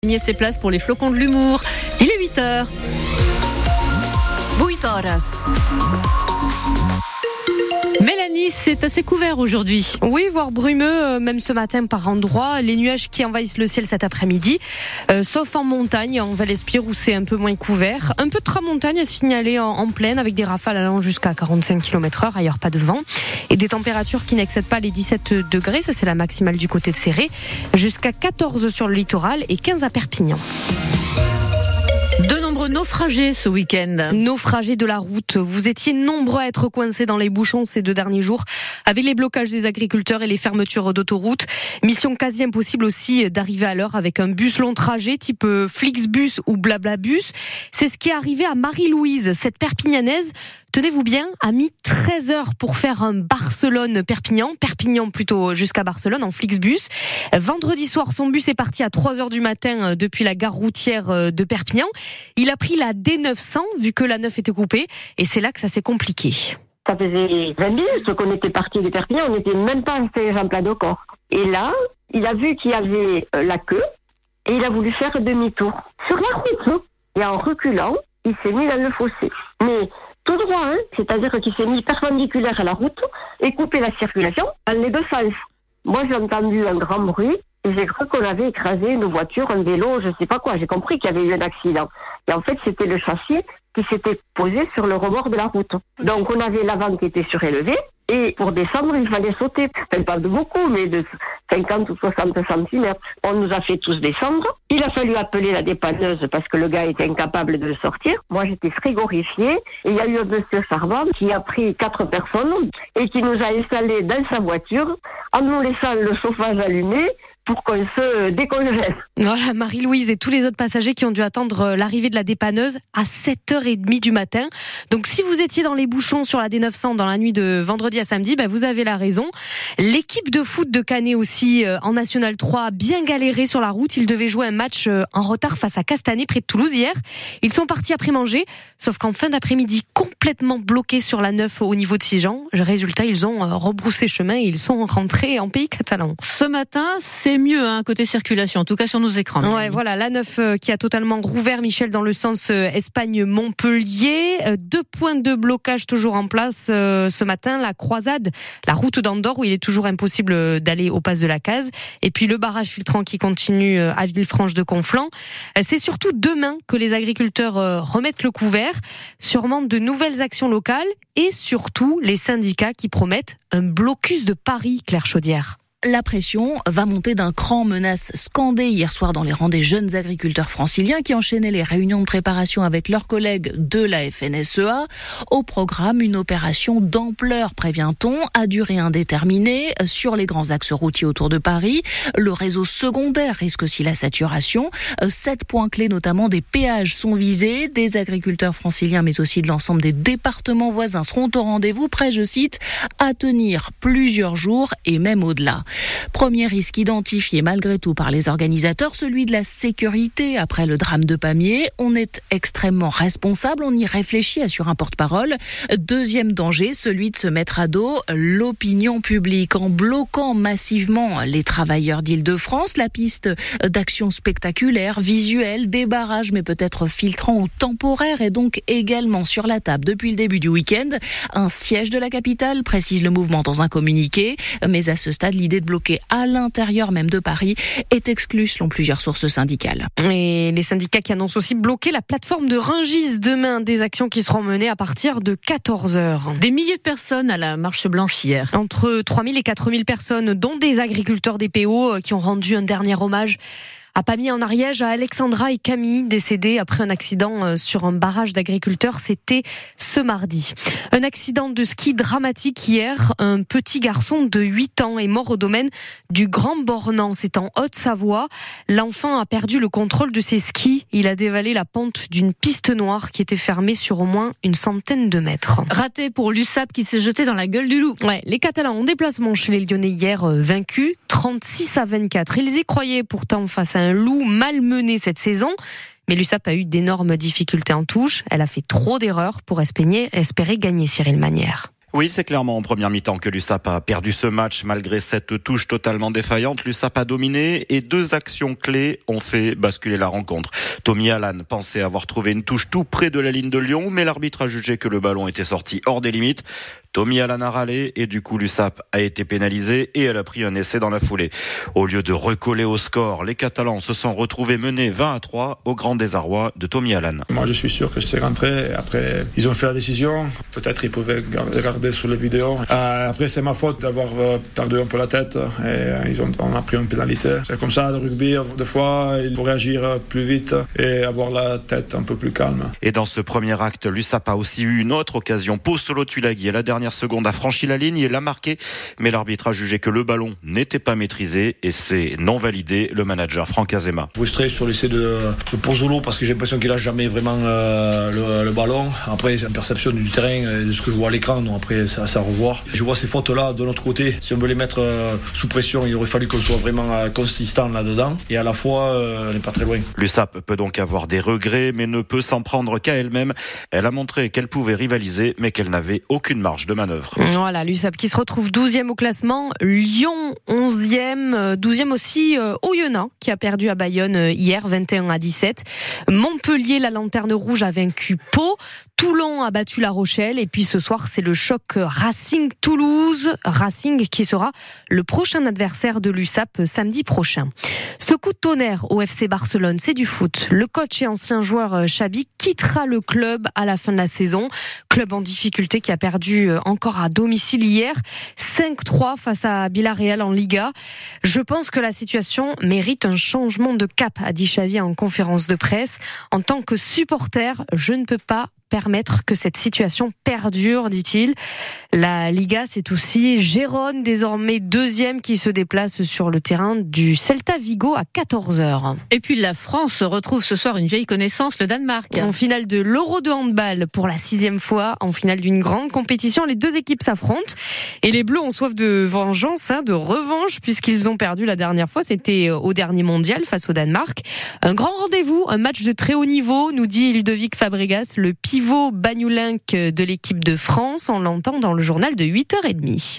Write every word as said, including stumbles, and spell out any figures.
Gagner ses places pour les flocons de l'humour. Il est huit heures. huit horas. Mélanie, c'est assez couvert aujourd'hui. Oui, voire brumeux, même ce matin par endroits. Les nuages qui envahissent le ciel cet après-midi, euh, sauf en montagne, en Val-Espire où c'est un peu moins couvert. Un peu de tramontagne à signaler en, en plaine avec des rafales allant jusqu'à quarante-cinq kilomètres heure, ailleurs pas de vent. Et des températures qui n'excèdent pas les dix-sept degrés, ça c'est la maximale du côté de Céré, jusqu'à quatorze sur le littoral et quinze à Perpignan. De nombreux naufragés ce week-end. Naufragés de la route. Vous étiez nombreux à être coincés dans les bouchons ces deux derniers jours, avec les blocages des agriculteurs et les fermetures d'autoroutes. Mission quasi impossible aussi d'arriver à l'heure avec un bus long trajet type Flixbus ou Blablabus. C'est ce qui est arrivé à Marie-Louise, cette Perpignanaise. Tenez-vous bien, a mis treize heures pour faire un Barcelone-Perpignan, Perpignan plutôt jusqu'à Barcelone en Flixbus. Vendredi soir, son bus est parti à trois heures du matin depuis la gare routière de Perpignan. Il a pris la D neuf cents vu que la neuf était coupée et c'est là que ça s'est compliqué. Ça faisait vingt minutes qu'on était parti de Perpignan, on n'était même pas fait Jean-Plat-d'Ocor. Et là, il a vu qu'il y avait la queue et il a voulu faire demi-tour sur la route. Et en reculant, il s'est mis dans le fossé. Mais tout droit, hein, c'est-à-dire qu'il s'est mis perpendiculaire à la route et coupé la circulation dans les deux sens. Moi, j'ai entendu un grand bruit et j'ai cru qu'on avait écrasé une voiture, un vélo, je sais pas quoi. J'ai compris qu'il y avait eu un accident. Et en fait, c'était le châssis qui s'était posé sur le rebord de la route. Donc, on avait l'avant qui était surélevé et pour descendre, il fallait sauter. Enfin, pas de beaucoup, mais de cinquante ou soixante centimètres. On nous a fait tous descendre. Il a fallu appeler la dépanneuse parce que le gars était incapable de le sortir. Moi, j'étais frigorifiée. Et il y a eu un monsieur charmant qui a pris quatre personnes et qui nous a installés dans sa voiture en nous laissant le chauffage allumé pour qu'on se décongèle. Voilà, Marie-Louise et tous les autres passagers qui ont dû attendre l'arrivée de la dépanneuse à sept heures trente du matin. Donc si vous étiez dans les bouchons sur la D neuf cents dans la nuit de vendredi à samedi, bah, vous avez la raison. L'équipe de foot de Canet aussi euh, en National trois a bien galéré sur la route. Ils devaient jouer un match euh, en retard face à Castanet près de Toulouse hier. Ils sont partis après manger, sauf qu'en fin d'après-midi complètement bloqués sur la neuf au niveau de Sijan. Résultat, ils ont euh, rebroussé chemin et ils sont rentrés en pays catalan. Ce matin, c'est mieux hein, côté circulation, en tout cas sur nos écrans. Ouais, voilà, la neuf euh, qui a totalement rouvert, Michel, dans le sens euh, Espagne-Montpellier. Euh, deux points de blocage toujours en place euh, ce matin. La croisade, la route d'Andorre où il est toujours impossible d'aller au Pass de la Case. Et puis le barrage filtrant qui continue euh, à Villefranche de Conflans. Euh, c'est surtout demain que les agriculteurs euh, remettent le couvert. Sûrement de nouvelles actions locales et surtout les syndicats qui promettent un blocus de Paris, Claire Chaudière. La pression va monter d'un cran, menace scandée hier soir dans les rangs des jeunes agriculteurs franciliens qui enchaînaient les réunions de préparation avec leurs collègues de la F N S E A. Au programme, une opération d'ampleur, prévient-on, à durée indéterminée sur les grands axes routiers autour de Paris. Le réseau secondaire risque aussi la saturation. Sept points clés, notamment des péages, sont visés. Des agriculteurs franciliens, mais aussi de l'ensemble des départements voisins seront au rendez-vous, prêts, je cite, à tenir plusieurs jours et même au-delà. Premier risque identifié malgré tout par les organisateurs, celui de la sécurité. Après le drame de Pamiers, on est extrêmement responsable, on y réfléchit, assure un porte-parole. Deuxième danger, celui de se mettre à dos l'opinion publique en bloquant massivement les travailleurs d'Île-de-France. La piste d'actions spectaculaires, visuelles, des barrages, mais peut-être filtrants ou temporaires, est donc également sur la table depuis le début du week-end. Un siège de la capitale, précise le mouvement dans un communiqué, mais à ce stade, l'idée de bloquer à l'intérieur même de Paris est exclue selon plusieurs sources syndicales. Et les syndicats qui annoncent aussi bloquer la plateforme de Rungis demain, des actions qui seront menées à partir de quatorze heures. Des milliers de personnes à la marche blanche hier. Entre trois mille et quatre mille personnes, dont des agriculteurs des P O qui ont rendu un dernier hommage à Pamiers en Ariège, à Alexandra et Camille, décédés après un accident sur un barrage d'agriculteurs. C'était ce mardi. Un accident de ski dramatique hier. Un petit garçon de huit ans est mort au domaine du Grand Bornand. C'est en Haute-Savoie. L'enfant a perdu le contrôle de ses skis. Il a dévalé la pente d'une piste noire qui était fermée sur au moins une centaine de mètres. Raté pour l'U S A P qui s'est jeté dans la gueule du loup. Ouais, les Catalans en déplacement chez les Lyonnais hier, euh, vaincus trente-six à vingt-quatre. Ils y croyaient pourtant face à un loup malmené cette saison. Mais l'U S A P a eu d'énormes difficultés en touche. Elle a fait trop d'erreurs pour espérer, espérer gagner, Cyril Manière. Oui, c'est clairement en première mi-temps que l'U S A P a perdu ce match. Malgré cette touche totalement défaillante, l'U S A P a dominé et deux actions clés ont fait basculer la rencontre. Tommy Allan pensait avoir trouvé une touche tout près de la ligne de Lyon, mais l'arbitre a jugé que le ballon était sorti hors des limites. Tommy Allan a râlé et du coup l'U S A P a été pénalisée et elle a pris un essai dans la foulée. Au lieu de recoller au score, les Catalans se sont retrouvés menés vingt à trois au grand désarroi de Tommy Allan. Moi je suis sûr que c'est rentré. Après ils ont fait la décision. Peut-être ils pouvaient regarder sur les vidéos. Euh, après c'est ma faute d'avoir perdu un peu la tête et ils ont, on a pris une pénalité. C'est comme ça le rugby, des fois il faut réagir plus vite et avoir la tête un peu plus calme. Et dans ce premier acte, l'U S A P a aussi eu une autre occasion. Pau Solo Tulagi à la dernière seconde a franchi la ligne et l'a marqué, mais l'arbitre a jugé que le ballon n'était pas maîtrisé et c'est non validé. Le manager Franck Azema. Frustré sur l'essai de, de Pozzolo parce que j'ai l'impression qu'il a jamais vraiment euh, le, le ballon. Après c'est une perception du terrain et de ce que je vois à l'écran, donc après c'est à revoir. Je vois ces fautes là de notre côté. Si on veut les mettre euh, sous pression, il aurait fallu qu'on soit vraiment euh, consistant là-dedans et à la fois euh, on n'est pas très loin. L'U S A P peut donc avoir des regrets mais ne peut s'en prendre qu'à elle-même. Elle a montré qu'elle pouvait rivaliser mais qu'elle n'avait aucune marge de manœuvre. Voilà, l'U S A P qui se retrouve douzième au classement, Lyon onzième, douzième aussi euh, Oyonnax qui a perdu à Bayonne euh, hier vingt et un à dix-sept. Montpellier, la lanterne rouge, a vaincu Pau. Toulon a battu La Rochelle et puis ce soir c'est le choc Racing-Toulouse. Racing qui sera le prochain adversaire de l'U S A P samedi prochain. Ce coup de tonnerre au F C Barcelone, c'est du foot. Le coach et ancien joueur Xabi quittera le club à la fin de la saison. Club en difficulté qui a perdu encore à domicile hier, cinq trois face à Villarreal en Liga. Je pense que la situation mérite un changement de cap, a dit Xavi en conférence de presse. En tant que supporter, je ne peux pas permettre que cette situation perdure, dit-il. La Liga, c'est aussi Gérone, désormais deuxième, qui se déplace sur le terrain du Celta Vigo à quatorze heures. Et puis la France retrouve ce soir une vieille connaissance, le Danemark. En finale de l'Euro de handball pour la sixième fois, en finale d'une grande compétition, les deux équipes s'affrontent. Et les Bleus ont soif de vengeance, hein, de revanche, puisqu'ils ont perdu la dernière fois. C'était au dernier mondial face au Danemark. Un grand rendez-vous, un match de très haut niveau, nous dit Ludovic Fabregas, le pivot Bagnolinck de l'équipe de France. On l'entend dans le journal de huit heures trente.